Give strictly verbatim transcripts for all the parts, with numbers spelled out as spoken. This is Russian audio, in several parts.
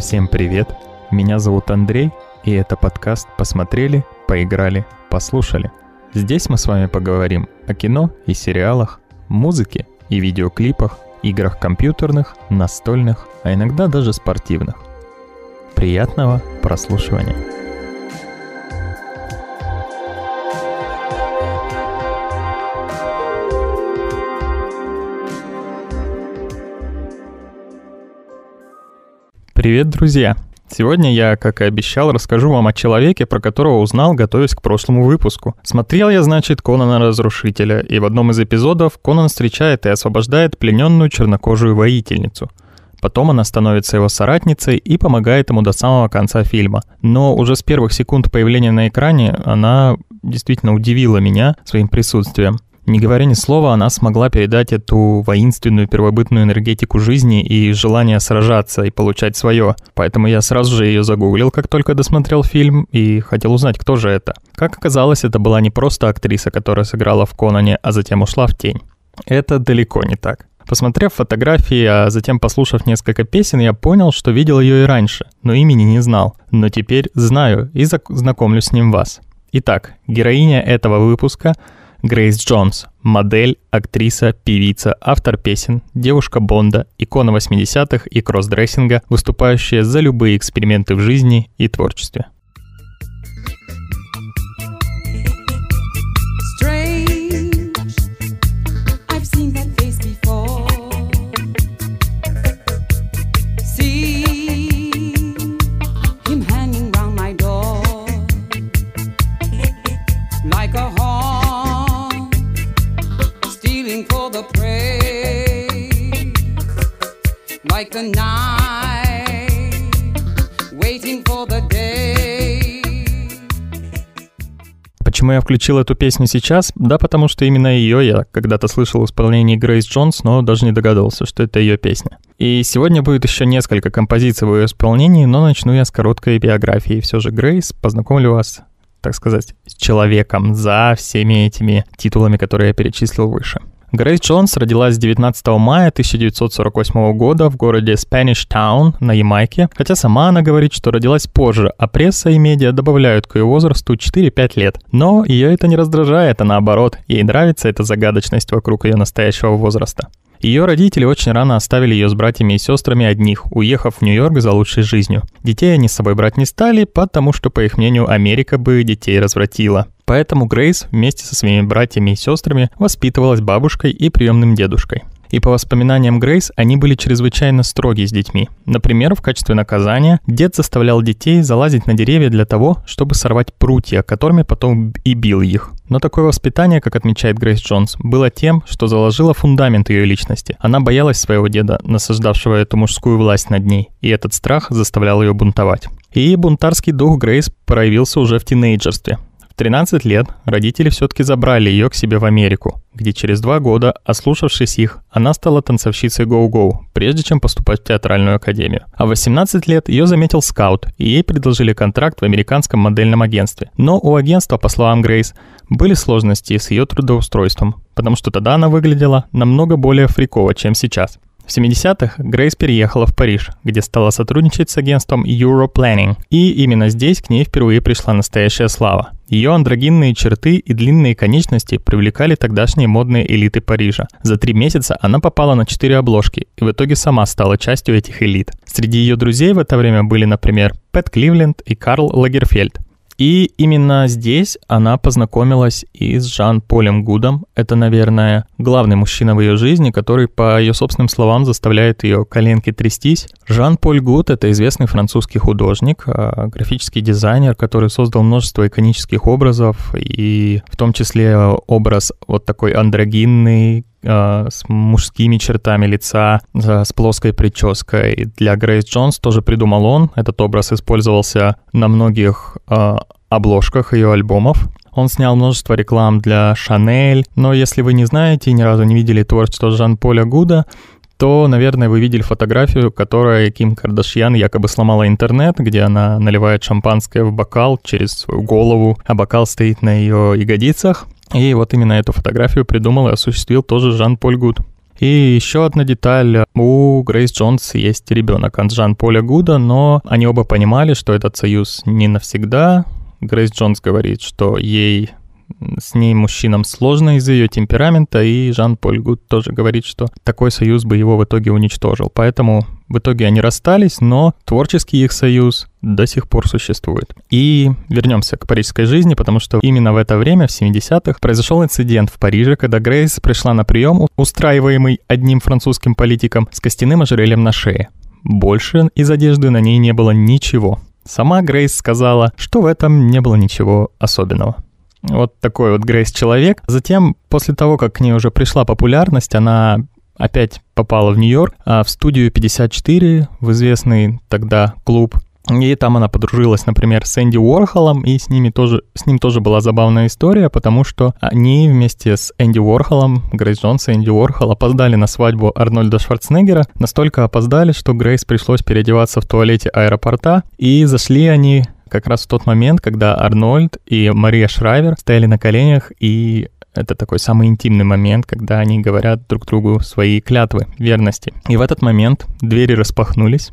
Всем привет, меня зовут Андрей, и это подкаст «Посмотрели, поиграли, послушали». Здесь мы с вами поговорим о кино и сериалах, музыке и видеоклипах, играх компьютерных, настольных, а иногда даже спортивных. Приятного прослушивания! Привет, друзья! Сегодня я, как и обещал, расскажу вам о человеке, про которого узнал, готовясь к прошлому выпуску. Смотрел я, значит, Конана Разрушителя, и в одном из эпизодов Конан встречает и освобождает плененную чернокожую воительницу. Потом она становится его соратницей и помогает ему до самого конца фильма. Но уже с первых секунд появления на экране она действительно удивила меня своим присутствием. Не говоря ни слова, она смогла передать эту воинственную первобытную энергетику жизни и желание сражаться и получать свое. Поэтому я сразу же ее загуглил, как только досмотрел фильм, и хотел узнать, кто же это. Как оказалось, это была не просто актриса, которая сыграла в Конане, а затем ушла в тень. Это далеко не так. Посмотрев фотографии, а затем послушав несколько песен, я понял, что видел ее и раньше, но имени не знал. Но теперь знаю и знакомлю с ним вас. Итак, героиня этого выпуска — Грейс Джонс, модель, актриса, певица, автор песен, девушка Бонда, икона восьмидесятых и кроссдрессинга, выступающая за любые эксперименты в жизни и творчестве. Like the night, waiting for the day. Почему я включил эту песню сейчас? Да, потому что именно ее я когда-то слышал в исполнении Грейс Джонс, но даже не догадывался, что это ее песня. И сегодня будет еще несколько композиций в ее исполнении, но начну я с короткой биографии. Все же Грейс, познакомлю вас, так сказать, с человеком за всеми этими титулами, которые я перечислил выше. Грейс Джонс родилась девятнадцатого мая тысяча девятьсот сорок восьмого года в городе Spanish Town на Ямайке, хотя сама она говорит, что родилась позже, а пресса и медиа добавляют к ее возрасту четыре-пять лет. Но ее это не раздражает, а наоборот, ей нравится эта загадочность вокруг ее настоящего возраста. Ее родители очень рано оставили ее с братьями и сестрами одних, уехав в Нью-Йорк за лучшей жизнью. Детей они с собой брать не стали, потому что, по их мнению, Америка бы детей развратила. Поэтому Грейс вместе со своими братьями и сестрами воспитывалась бабушкой и приемным дедушкой. И по воспоминаниям Грейс, они были чрезвычайно строги с детьми. Например, в качестве наказания дед заставлял детей залазить на деревья для того, чтобы сорвать прутья, которыми потом и бил их. Но такое воспитание, как отмечает Грейс Джонс, было тем, что заложило фундамент ее личности. Она боялась своего деда, насаждавшего эту мужскую власть над ней, и этот страх заставлял ее бунтовать. И бунтарский дух Грейс проявился уже в тинейджерстве. В тринадцать лет родители все-таки забрали ее к себе в Америку, где через два года, ослушавшись их, она стала танцовщицей гоу-гоу, прежде чем поступать в театральную академию. А в восемнадцать лет ее заметил скаут, и ей предложили контракт в американском модельном агентстве. Но у агентства, по словам Грейс, были сложности с ее трудоустройством, потому что тогда она выглядела намного более фриково, чем сейчас. В семидесятых Грейс переехала в Париж, где стала сотрудничать с агентством Europlanning, и именно здесь к ней впервые пришла настоящая слава. Ее андрогинные черты и длинные конечности привлекали тогдашние модные элиты Парижа. За три месяца она попала на четыре обложки и в итоге сама стала частью этих элит. Среди ее друзей в это время были, например, Пэт Кливленд и Карл Лагерфельд. И именно здесь она познакомилась и с Жан-Полем Гудом. Это, наверное, главный мужчина в ее жизни, который, по ее собственным словам, заставляет ее коленки трястись. Жан-Поль Гуд — это известный французский художник, графический дизайнер, который создал множество иконических образов, и в том числе образ вот такой андрогинный, с мужскими чертами лица, с плоской прической. Для Грейс Джонс тоже придумал он. Этот образ использовался на многих э, обложках ее альбомов. Он снял множество реклам для Chanel, но если вы не знаете и ни разу не видели творчество Жан-Поля Гуда, то, наверное, вы видели фотографию, которой Ким Кардашьян якобы сломала интернет, где она наливает шампанское в бокал через свою голову, а бокал стоит на ее ягодицах. И вот именно эту фотографию придумал и осуществил тоже Жан-Поль Гуд. И еще одна деталь. У Грейс Джонс есть ребенок от Жан-Поля Гуда, но они оба понимали, что этот союз не навсегда. Грейс Джонс говорит, что ей с ней, мужчинам, сложно из-за ее темперамента, и Жан-Поль Гуд тоже говорит, что такой союз бы его в итоге уничтожил. Поэтому в итоге они расстались, но творческий их союз до сих пор существует. И вернемся к парижской жизни, потому что именно в это время, в семидесятых, произошел инцидент в Париже, когда Грейс пришла на прием, устраиваемый одним французским политиком, с костяным ожерельем на шее. Больше из одежды на ней не было ничего. Сама Грейс сказала, что в этом не было ничего особенного. Вот такой вот Грейс человек. Затем, после того, как к ней уже пришла популярность, она опять попала в Нью-Йорк, в студию пятьдесят четыре, в известный тогда клуб. И там она подружилась, например, с Энди Уорхолом, и с, ними тоже, с ним тоже была забавная история, потому что они вместе с Энди Уорхолом, Грейс Джонс и Энди Уорхол, опоздали на свадьбу Арнольда Шварценеггера, настолько опоздали, что Грейс пришлось переодеваться в туалете аэропорта, и зашли они как раз в тот момент, когда Арнольд и Мария Шрайвер стояли на коленях, и это такой самый интимный момент, когда они говорят друг другу свои клятвы верности. И в этот момент двери распахнулись,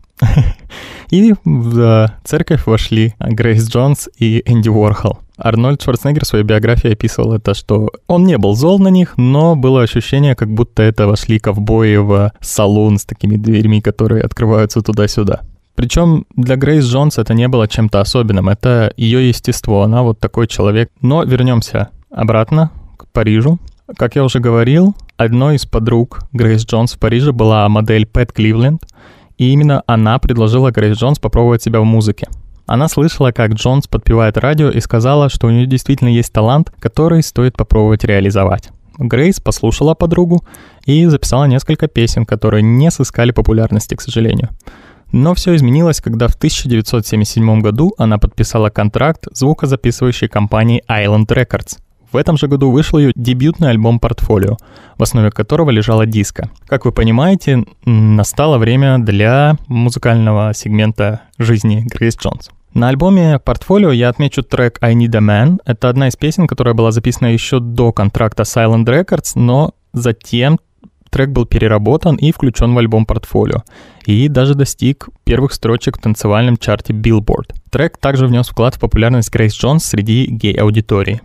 и в церковь вошли Грейс Джонс и Энди Уорхол. Арнольд Шварценеггер в своей биографии описывал это, что он не был зол на них, но было ощущение, как будто это вошли ковбои в салон с такими дверьми, которые открываются туда-сюда. Причем для Грейс Джонс это не было чем-то особенным, это ее естество, она вот такой человек. Но вернемся обратно к Парижу. Как я уже говорил, одной из подруг Грейс Джонс в Париже была модель Пэт Кливленд, и именно она предложила Грейс Джонс попробовать себя в музыке. Она слышала, как Джонс подпевает радио, и сказала, что у нее действительно есть талант, который стоит попробовать реализовать. Грейс послушала подругу и записала несколько песен, которые не сыскали популярности, к сожалению. Но все изменилось, когда в тысяча девятьсот семьдесят седьмом году она подписала контракт с звукозаписывающей компанией Island Records. В этом же году вышел ее дебютный альбом «Портфолио», в основе которого лежала диско. Как вы понимаете, настало время для музыкального сегмента жизни Грейс Джонс. На альбоме «Портфолио» я отмечу трек «I Need a Man». Это одна из песен, которая была записана еще до контракта с Island Records, но затем трек был переработан и включен в альбом «Портфолио», и даже достиг первых строчек в танцевальном чарте Billboard. Трек также внес вклад в популярность Грейс Джонс среди гей-аудитории.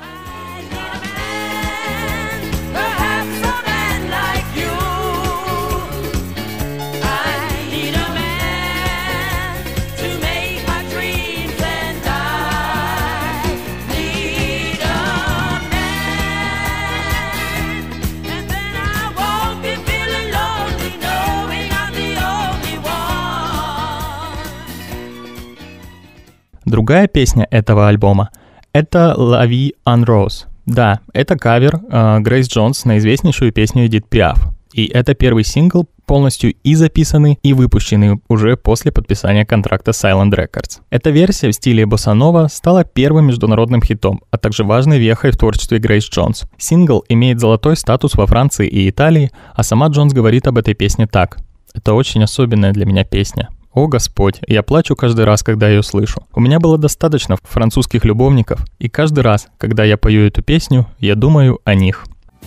Другая песня этого альбома — это «La Vie en Rose». Да, это кавер э, Грейс Джонс на известнейшую песню Эдит Пиаф. И это первый сингл, полностью и записанный, и выпущенный уже после подписания контракта с Island Records. Эта версия в стиле босса-нова стала первым международным хитом, а также важной вехой в творчестве Грейс Джонс. Сингл имеет золотой статус во Франции и Италии, а сама Джонс говорит об этой песне так: «Это очень особенная для меня песня. О, Господь, я плачу каждый раз, когда ее слышу. У меня было достаточно французских любовников, и каждый раз, когда я пою эту песню, я думаю о них».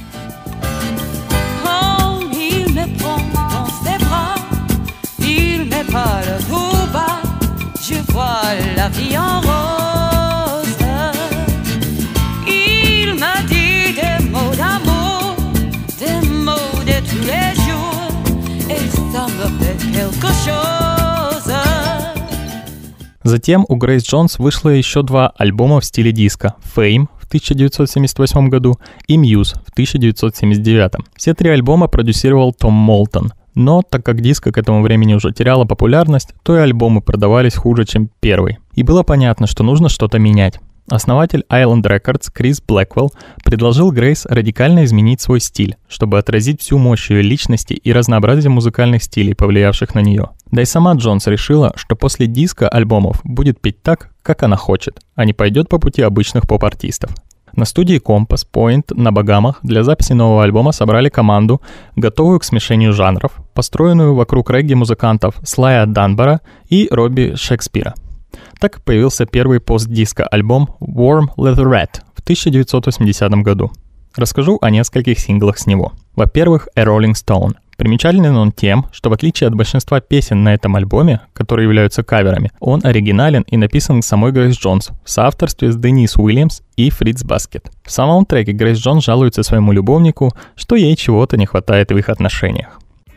Затем у Грейс Джонс вышло еще два альбома в стиле диско — «Fame» в тысяча девятьсот семьдесят восьмом году и «Muse» в тысяча девятьсот семьдесят девятом. Все три альбома продюсировал Том Молтон, но так как диско к этому времени уже теряла популярность, то и альбомы продавались хуже, чем первый. И было понятно, что нужно что-то менять. Основатель Island Records Крис Блэквелл предложил Грейс радикально изменить свой стиль, чтобы отразить всю мощь ее личности и разнообразие музыкальных стилей, повлиявших на нее. Да и сама Джонс решила, что после диско-альбомов будет петь так, как она хочет, а не пойдет по пути обычных поп-артистов. На студии Compass Point на Багамах для записи нового альбома собрали команду, готовую к смешению жанров, построенную вокруг регги-музыкантов Слая Данбара и Робби Шекспира. Так появился первый пост-диско-альбом Warm Leatherette в тысяча девятьсот восьмидесятом году. Расскажу о нескольких синглах с него. Во-первых, A Rolling Stone. Примечателен он тем, что в отличие от большинства песен на этом альбоме, которые являются каверами, он оригинален и написан самой Грейс Джонс в соавторстве с Денис Уильямс и Фритц Баскет. В самом треке Грейс Джонс жалуется своему любовнику, что ей чего-то не хватает в их отношениях.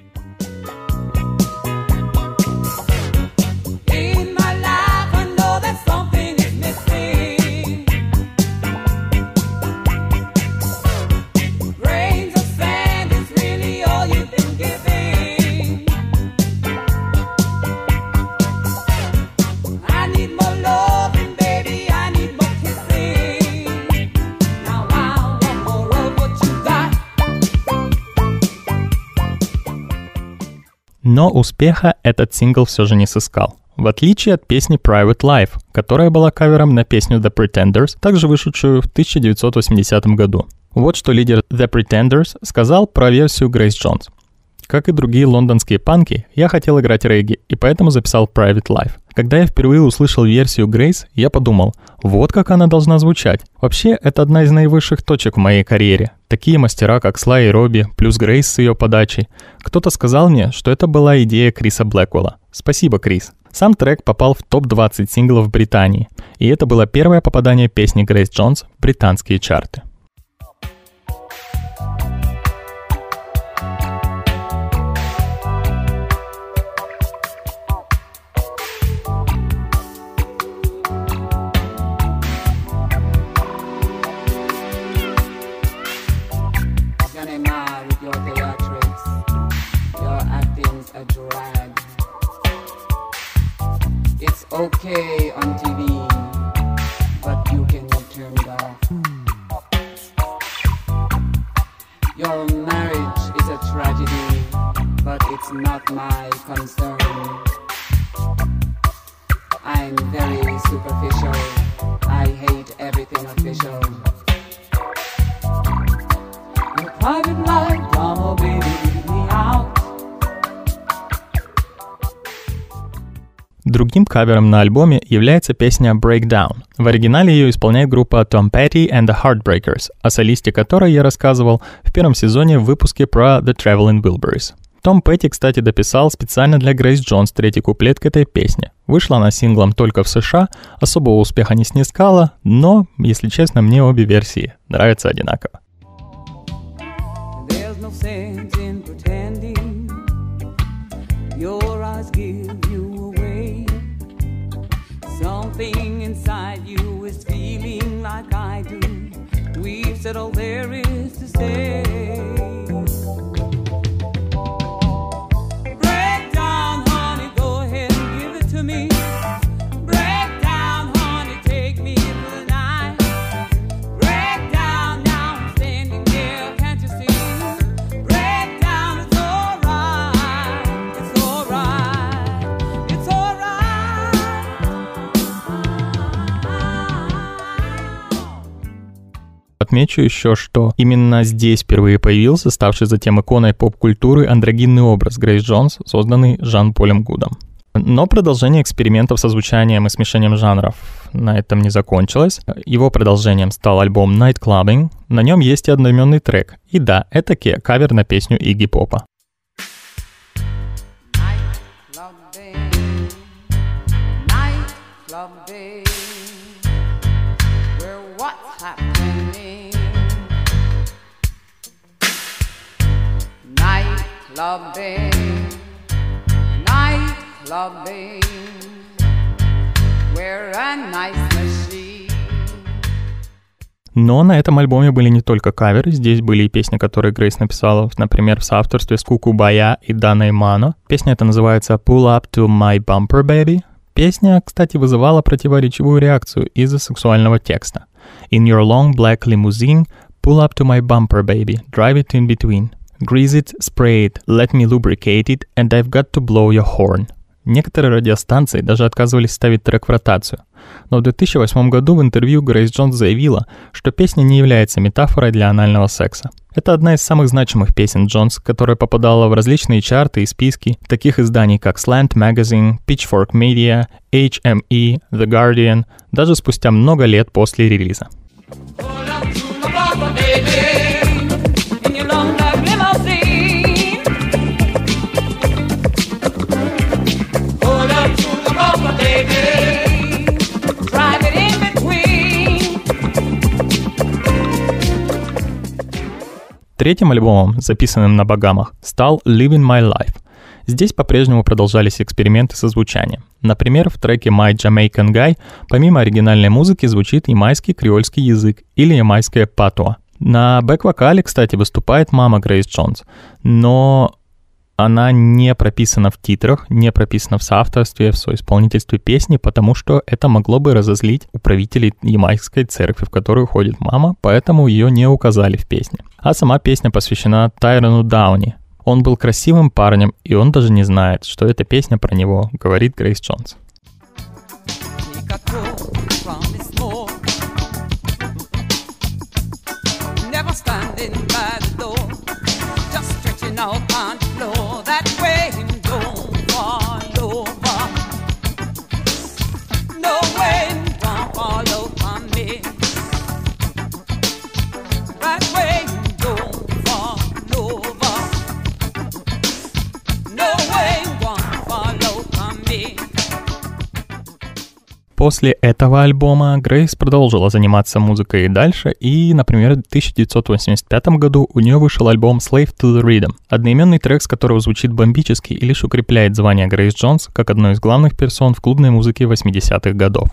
Но успеха этот сингл все же не сыскал. В отличие от песни Private Life, которая была кавером на песню The Pretenders, также вышедшую в тысяча девятьсот восьмидесятом году. Вот что лидер The Pretenders сказал про версию Грейс Джонс. Как и другие лондонские панки, я хотел играть регги, и поэтому записал Private Life. Когда я впервые услышал версию Грейс, я подумал, вот как она должна звучать. Вообще, это одна из наивысших точек в моей карьере. Такие мастера, как Слай и Робби, плюс Грейс с ее подачей. Кто-то сказал мне, что это была идея Криса Блэквелла. Спасибо, Крис. Сам трек попал в топ двадцать синглов в Британии, и это было первое попадание песни Грейс Джонс в британские чарты. Okay on T V, but you cannot turn it off. Your marriage is a tragedy, but it's not my concern. I'm very superficial. I hate everything official. Your private life, drama, baby, leave me out. Другим кавером на альбоме является песня Breakdown. В оригинале ее исполняет группа Tom Petty and the Heartbreakers, о солисте которой я рассказывал в первом сезоне в выпуске про The Traveling Wilburys. Том Петти, кстати, дописал специально для Грейс Джонс третий куплет к этой песне. Вышла она синглом только в США, особого успеха не снискала, но, если честно, мне обе версии нравятся одинаково. Something inside you is feeling like I do. We've said all there is to say. Break down, honey, go ahead and give it to me. Break down, honey, take me into the night. Break down, now I'm standing there, can't you see? Break down, it's alright, it's alright, it's alright. Отмечу еще, что именно здесь впервые появился ставший затем иконой поп-культуры андрогинный образ Грейс Джонс, созданный Жан-Полем Гудом. Но продолжение экспериментов со звучанием и смешением жанров на этом не закончилось. Его продолжением стал альбом Night Clubbing. На нем есть и одноименный трек. И да, это кавер на песню Игги Попа. Clubbing, night clubbing, we're a nice machine. Но на этом альбоме были не только каверы, здесь были и песни, которые Грейс написала, например, в соавторстве с Куку Бая и Даной Мано. Песня эта называется «Pull Up to My Bumper Baby». Песня, кстати, вызывала противоречивую реакцию из-за сексуального текста. «In your long black limousine, pull up to my bumper, baby, drive it in between. Grease it, spray it, let me lubricate it, and I've got to blow your horn». Некоторые радиостанции даже отказывались ставить трек в ротацию. Но в две тысячи восьмом году в интервью Грейс Джонс заявила, что песня не является метафорой для анального секса. Это одна из самых значимых песен Джонс, которая попадала в различные чарты и списки таких изданий, как Slant Magazine, Pitchfork Media, эйч эм и, The Guardian, даже спустя много лет после релиза. Pull up to my bumper, baby, in your long black limousine. Pull up to the bumper, baby, drive it in between. Третьим альбомом, записанным на Багамах, стал Living My Life. Здесь по-прежнему продолжались эксперименты со звучанием. Например, в треке My Jamaican Guy помимо оригинальной музыки звучит ямайский креольский язык или ямайская патуа. На бэк-вокале, кстати, выступает мама Грейс Джонс, но она не прописана в титрах, не прописана в соавторстве, в соисполнительстве песни, потому что это могло бы разозлить управителей ямайской церкви, в которую ходит мама, поэтому ее не указали в песне. А сама песня посвящена Тайрону Дауни. Он был красивым парнем, и он даже не знает, что эта песня про него, говорит Грейс Джонс. После этого альбома Грейс продолжила заниматься музыкой и дальше, и, например, в тысяча девятьсот восемьдесят пятом году у нее вышел альбом Slave to the Rhythm, одноименный трек, с которого звучит бомбически и лишь укрепляет звание Грейс Джонс как одной из главных персон в клубной музыке восьмидесятых годов.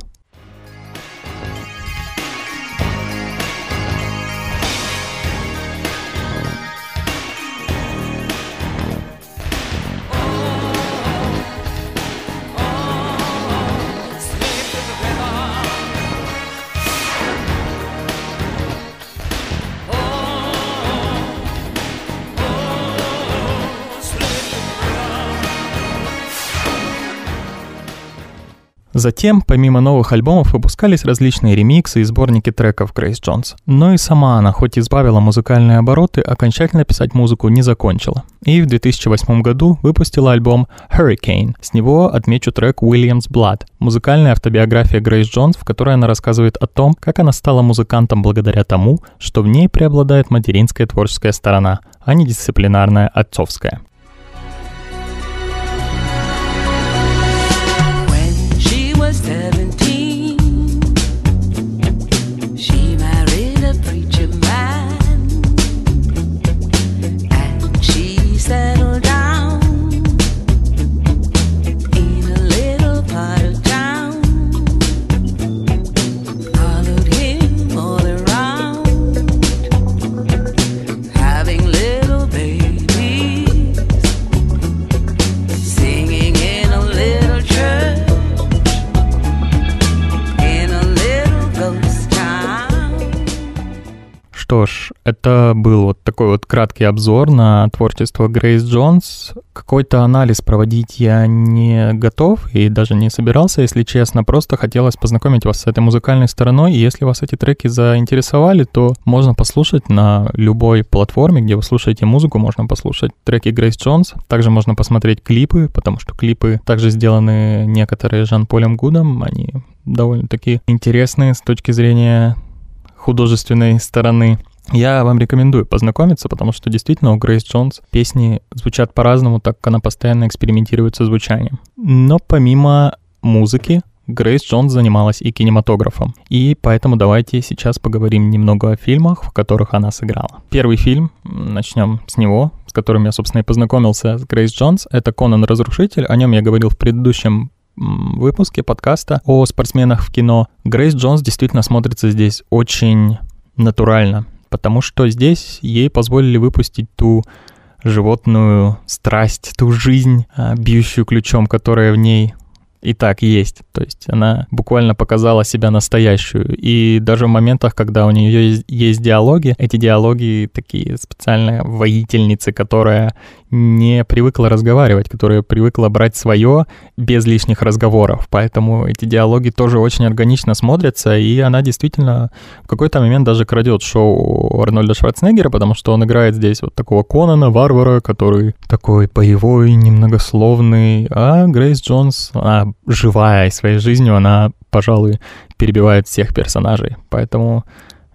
Затем, помимо новых альбомов, выпускались различные ремиксы и сборники треков Грейс Джонс. Но и сама она, хоть и избавила музыкальные обороты, окончательно писать музыку не закончила. И в две тысячи восьмом году выпустила альбом Hurricane. С него отмечу трек William's Blood, музыкальная автобиография Грейс Джонс, в которой она рассказывает о том, как она стала музыкантом благодаря тому, что в ней преобладает материнская творческая сторона, а не дисциплинарная отцовская. seventeen, she married a preacher man, and she settled down in a little part of town. Followed him all around, having little babies, singing in a little church. Что ж, это был вот такой вот краткий обзор на творчество Грейс Джонс. Какой-то анализ проводить я не готов и даже не собирался, если честно. Просто хотелось познакомить вас с этой музыкальной стороной. И если вас эти треки заинтересовали, то можно послушать на любой платформе, где вы слушаете музыку, можно послушать треки Грейс Джонс. Также можно посмотреть клипы, потому что клипы также сделаны некоторые Жан-Полем Гудом. Они довольно-таки интересные с точки зрения художественной стороны. Я вам рекомендую познакомиться, потому что действительно у Грейс Джонс песни звучат по-разному, так как она постоянно экспериментирует со звучанием. Но помимо музыки, Грейс Джонс занималась и кинематографом. И поэтому давайте сейчас поговорим немного о фильмах, в которых она сыграла. Первый фильм, начнем с него, с которым я, собственно, и познакомился с Грейс Джонс, это «Конан Разрушитель». О нем я говорил в предыдущем выпуске подкаста о спортсменах в кино. Грейс Джонс действительно смотрится здесь очень натурально, потому что здесь ей позволили выпустить ту животную страсть, ту жизнь, бьющую ключом, которая в ней и так есть. То есть она буквально показала себя настоящую. И даже в моментах, когда у нее есть, есть диалоги, эти диалоги такие специальные воительницы, которая не привыкла разговаривать, которая привыкла брать свое без лишних разговоров. Поэтому эти диалоги тоже очень органично смотрятся, и она действительно в какой-то момент даже крадет шоу Арнольда Шварценеггера, потому что он играет здесь вот такого Конана, варвара, который такой боевой, немногословный, а Грейс Джонс, она живая, и своей жизнью она, пожалуй, перебивает всех персонажей. Поэтому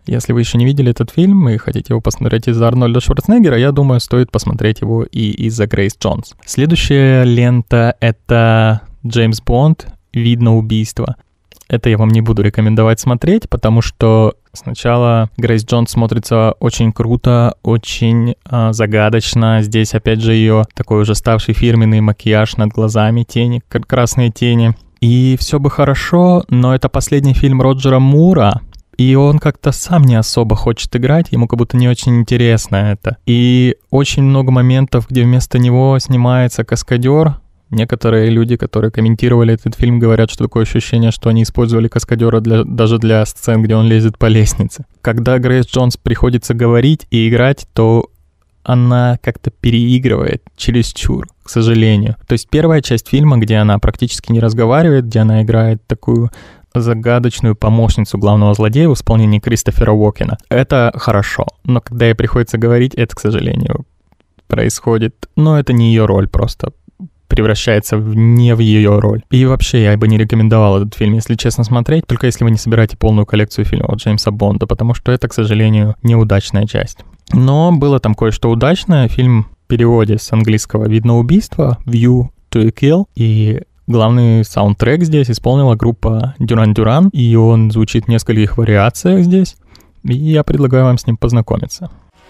Если вы еще не видели этот фильм и хотите его посмотреть из-за Арнольда Шварценеггера, я думаю, стоит посмотреть его и из-за Грейс Джонс. Следующая лента — это Джеймс Бонд «Видно убийство». Это я вам не буду рекомендовать смотреть, потому что сначала Грейс Джонс смотрится очень круто, очень э, загадочно. Здесь, опять же, ее такой уже ставший фирменный макияж над глазами, тени, красные тени. И все бы хорошо, но это последний фильм Роджера Мура, и он как-то сам не особо хочет играть, ему как будто не очень интересно это. И очень много моментов, где вместо него снимается каскадер. Некоторые люди, которые комментировали этот фильм, говорят, что такое ощущение, что они использовали каскадера для, даже для сцен, где он лезет по лестнице. Когда Грейс Джонс приходится говорить и играть, то она как-то переигрывает чересчур, к сожалению. То есть первая часть фильма, где она практически не разговаривает, где она играет такую загадочную помощницу главного злодея в исполнении Кристофера Уокена, это хорошо. Но когда ей приходится говорить, это, к сожалению, происходит. Но это не ее роль просто. Превращается в не в ее роль. И вообще, я бы не рекомендовал этот фильм, если честно, смотреть, только если вы не собираете полную коллекцию фильмов Джеймса Бонда, потому что это, к сожалению, неудачная часть. Но было там кое-что удачное. Фильм в переводе с английского «Видно убийство», «View to a Kill», и главный саундтрек здесь исполнила группа Duran Duran, и он звучит в нескольких вариациях здесь, и я предлагаю вам с ним познакомиться.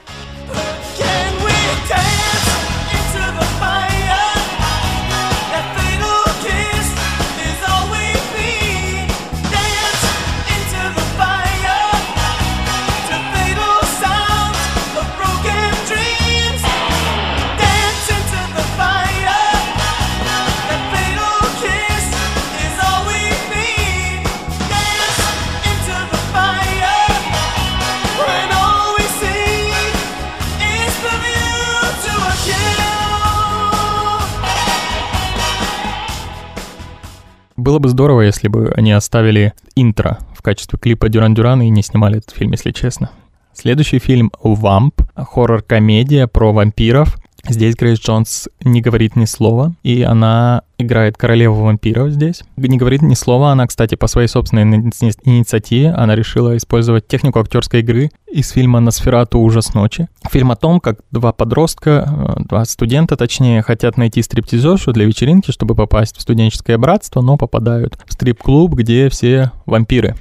Было бы здорово, если бы они оставили интро в качестве клипа Duran Duran и не снимали этот фильм, если честно. Следующий фильм «Вамп», хоррор-комедия про вампиров. Здесь Грейс Джонс не говорит ни слова, и она играет королеву вампиров здесь. Не говорит ни слова, она, кстати, по своей собственной инициативе, она решила использовать технику актерской игры из фильма «Носферату. Ужас ночи». Фильм о том, как два подростка, два студента, точнее, хотят найти стриптизершу для вечеринки, чтобы попасть в студенческое братство, но попадают в стрип-клуб, где все вампиры.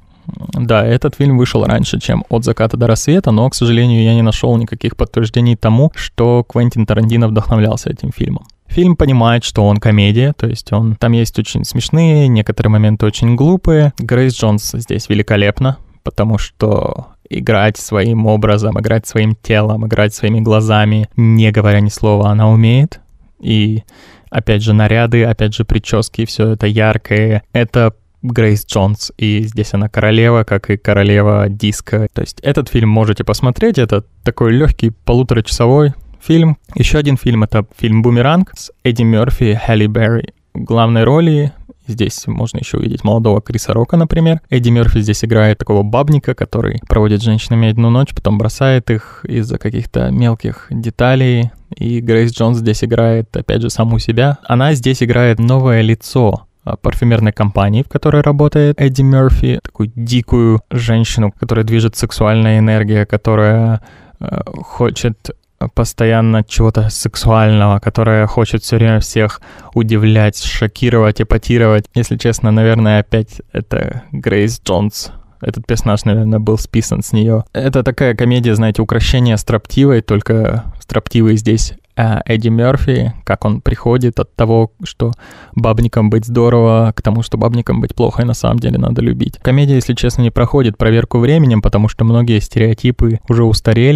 Да, этот фильм вышел раньше, чем «От заката до рассвета», но, к сожалению, я не нашел никаких подтверждений тому, что Квентин Тарантино вдохновлялся этим фильмом. Фильм понимает, что он комедия, то есть он там есть очень смешные, некоторые моменты очень глупые. Грейс Джонс здесь великолепна, потому что играть своим образом, играть своим телом, играть своими глазами, не говоря ни слова, она умеет. И, опять же, наряды, опять же, прически, все это яркое. Это Грейс Джонс, и здесь она королева, как и королева диска. То есть этот фильм можете посмотреть, это такой легкий полуторачасовой фильм. Еще один фильм — это фильм «Бумеранг» с Эдди Мерфи и Халли Берри в главной роли. Здесь можно еще увидеть молодого Криса Рока, например. Эдди Мерфи здесь играет такого бабника, который проводит с женщинами одну ночь, потом бросает их из-за каких-то мелких деталей. И Грейс Джонс здесь играет, опять же, саму себя. Она здесь играет новое лицо парфюмерной компании, в которой работает Эдди Мерфи, такую дикую женщину, которая движет сексуальная энергия, которая э, хочет постоянно чего-то сексуального, которая хочет все время всех удивлять, шокировать, эпатировать. Если честно, наверное, опять это Грейс Джонс. Этот персонаж, наверное, был списан с нее. Это такая комедия, знаете, укрощение строптивой, только строптивый здесь Эдди Мерфи, как он приходит от того, что бабникам быть здорово, к тому, что бабникам быть плохо, и на самом деле надо любить. Комедия, если честно, не проходит проверку временем, потому что многие стереотипы уже устарели,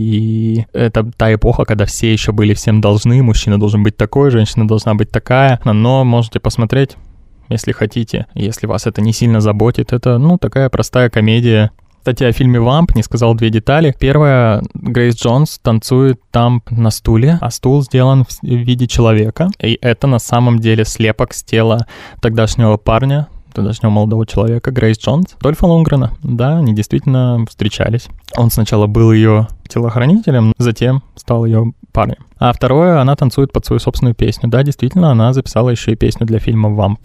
и это та эпоха, когда все еще были всем должны, мужчина должен быть такой, женщина должна быть такая, но можете посмотреть, если хотите, если вас это не сильно заботит. Это, ну, такая простая комедия. Кстати, о фильме «Вамп» не сказал две детали. Первая, Грейс Джонс танцует там на стуле, а стул сделан в виде человека. И это на самом деле слепок с тела тогдашнего парня, тогдашнего молодого человека, Грейс Джонс, Дольфа Лундгрена. Да, они действительно встречались. Он сначала был ее телохранителем, затем стал ее парнем. А второе, она танцует под свою собственную песню. Да, действительно, она записала еще и песню для фильма «Вамп».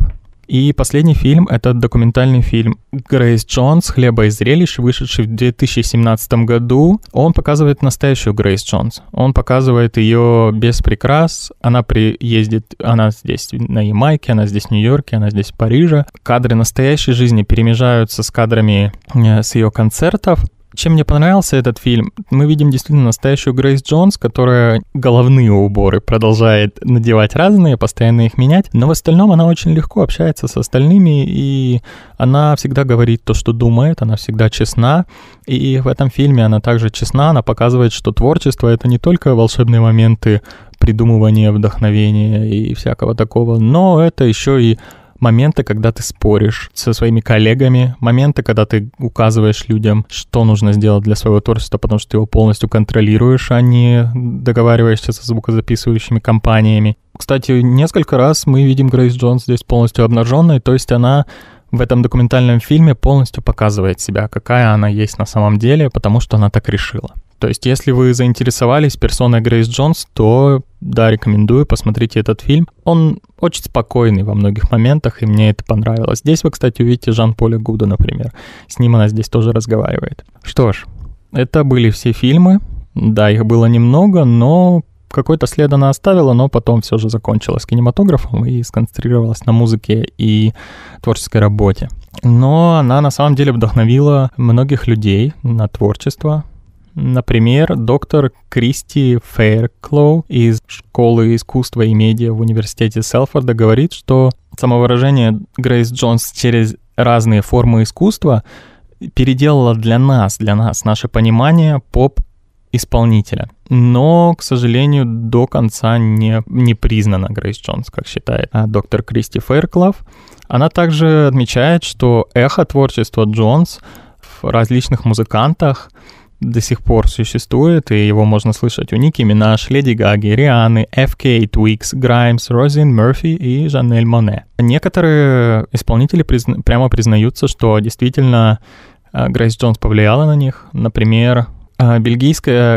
И последний фильм — это документальный фильм «Грейс Джонс. Хлеба и зрелищ», вышедший в две тысячи семнадцатом году. Он показывает настоящую Грейс Джонс. Он показывает ее без прикрас. Она приездит, она здесь на Ямайке, она здесь в Нью-Йорке, она здесь в Париже. Кадры настоящей жизни перемежаются с кадрами э, с ее концертов. Чем мне понравился этот фильм, мы видим действительно настоящую Грейс Джонс, которая головные уборы продолжает надевать разные, постоянно их менять, но в остальном она очень легко общается с остальными, и она всегда говорит то, что думает, она всегда честна, и в этом фильме она также честна, она показывает, что творчество — это не только волшебные моменты придумывания, вдохновения и всякого такого, но это еще и моменты, когда ты споришь со своими коллегами, моменты, когда ты указываешь людям, что нужно сделать для своего творчества, потому что ты его полностью контролируешь, а не договариваешься со звукозаписывающими компаниями. Кстати, несколько раз мы видим Грейс Джонс здесь полностью обнаженной, то есть она в этом документальном фильме полностью показывает себя, какая она есть на самом деле, потому что она так решила. То есть, если вы заинтересовались персоной Грейс Джонс, то, да, рекомендую, посмотрите этот фильм. Он очень спокойный во многих моментах, и мне это понравилось. Здесь вы, кстати, увидите Жан-Поля Гуда, например. С ним она здесь тоже разговаривает. Что ж, это были все фильмы. Да, их было немного, но какой-то след она оставила, но потом все же закончила с кинематографом и сконцентрировалась на музыке и творческой работе. Но она на самом деле вдохновила многих людей на творчество. Например, доктор Кристи Фейрклоу из школы искусства и медиа в университете Селфорда говорит, что самовыражение Грейс Джонс через разные формы искусства переделало для нас, для нас наше понимание поп-исполнителя. Но, к сожалению, до конца не, не признана Грейс Джонс, как считает доктор Кристи Фейрклоу. Она также отмечает, что эхо творчества Джонс в различных музыкантах до сих пор существует, и его можно слышать у Ники Минаж, Леди Гаги, Рианы, эф кей, Твикс, Граймс, Розин Мерфи и Жанель Моне. Некоторые исполнители призна- прямо признаются, что действительно Грейс Джонс повлияла на них. Например, бельгийская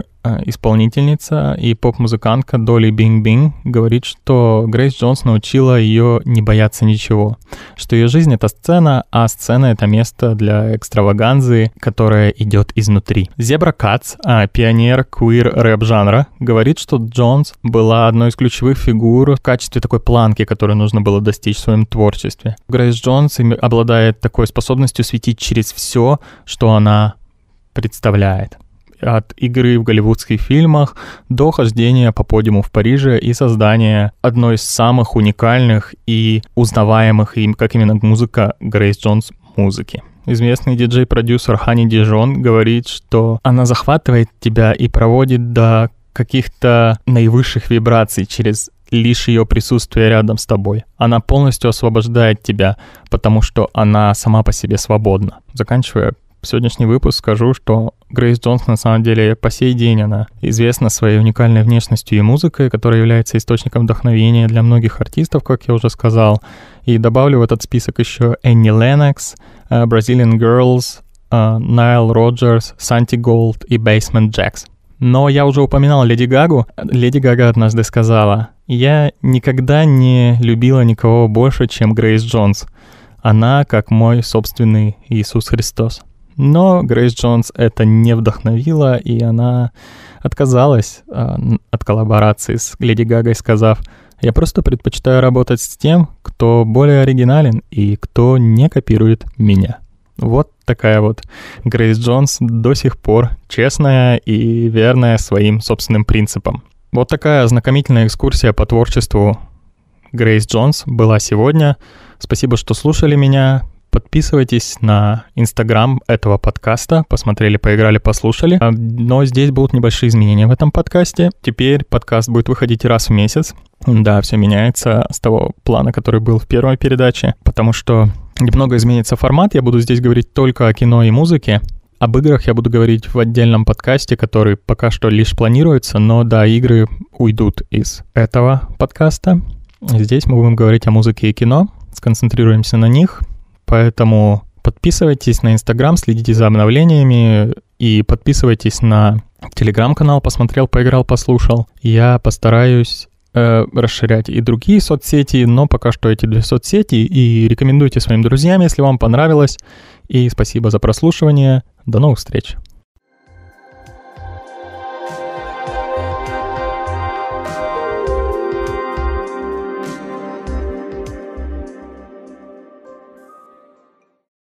квир-исполнительница и поп-музыкантка Долли Бинг-Бинг говорит, что Грейс Джонс научила ее не бояться ничего, что ее жизнь — это сцена, а сцена — это место для экстраваганции, которая идет изнутри. Зебра Кац, пионер квир-рэп-жанра, говорит, что Джонс была одной из ключевых фигур в качестве такой планки, которую нужно было достичь в своем творчестве. Грейс Джонс обладает такой способностью светить через все, что она представляет. От игры в голливудских фильмах до хождения по подиуму в Париже и создания одной из самых уникальных и узнаваемых им, как именно музыка, Грейс Джонс музыки. Известный диджей-продюсер Хани Дижон говорит, что она захватывает тебя и проводит до каких-то наивысших вибраций через лишь ее присутствие рядом с тобой. Она полностью освобождает тебя, потому что она сама по себе свободна. Заканчивая сегодняшний выпуск, скажу, что Грейс Джонс на самом деле по сей день она известна своей уникальной внешностью и музыкой, которая является источником вдохновения для многих артистов, как я уже сказал. И добавлю в этот список еще Энни Леннокс, uh, Brazilian Girls, uh, Найл Роджерс, Санти Голд и Basement Jaxx. Но я уже упоминал Леди Гагу. Леди Гага однажды сказала: «Я никогда не любила никого больше, чем Грейс Джонс. Она как мой собственный Иисус Христос». Но Грейс Джонс это не вдохновило, и она отказалась э, от коллаборации с Леди Гагой, сказав: «Я просто предпочитаю работать с тем, кто более оригинален и кто не копирует меня». Вот такая вот Грейс Джонс, до сих пор честная и верная своим собственным принципам. Вот такая ознакомительная экскурсия по творчеству Грейс Джонс была сегодня. Спасибо, что слушали меня. Подписывайтесь на Инстаграм этого подкаста. Посмотрели, поиграли, послушали. Но здесь будут небольшие изменения в этом подкасте. Теперь подкаст будет выходить раз в месяц. Да, все меняется с того плана, который был в первой передаче, потому что немного изменится формат. Я буду здесь говорить только о кино и музыке. Об играх я буду говорить в отдельном подкасте, который пока что лишь планируется, но да, игры уйдут из этого подкаста. Здесь мы будем говорить о музыке и кино, сконцентрируемся на них. Поэтому подписывайтесь на Инстаграм, следите за обновлениями и подписывайтесь на Телеграм-канал «Посмотрел, поиграл, послушал». Я постараюсь э, расширять и другие соцсети, но пока что эти две соцсети, и рекомендуйте своим друзьям, если вам понравилось. И спасибо за прослушивание. До новых встреч!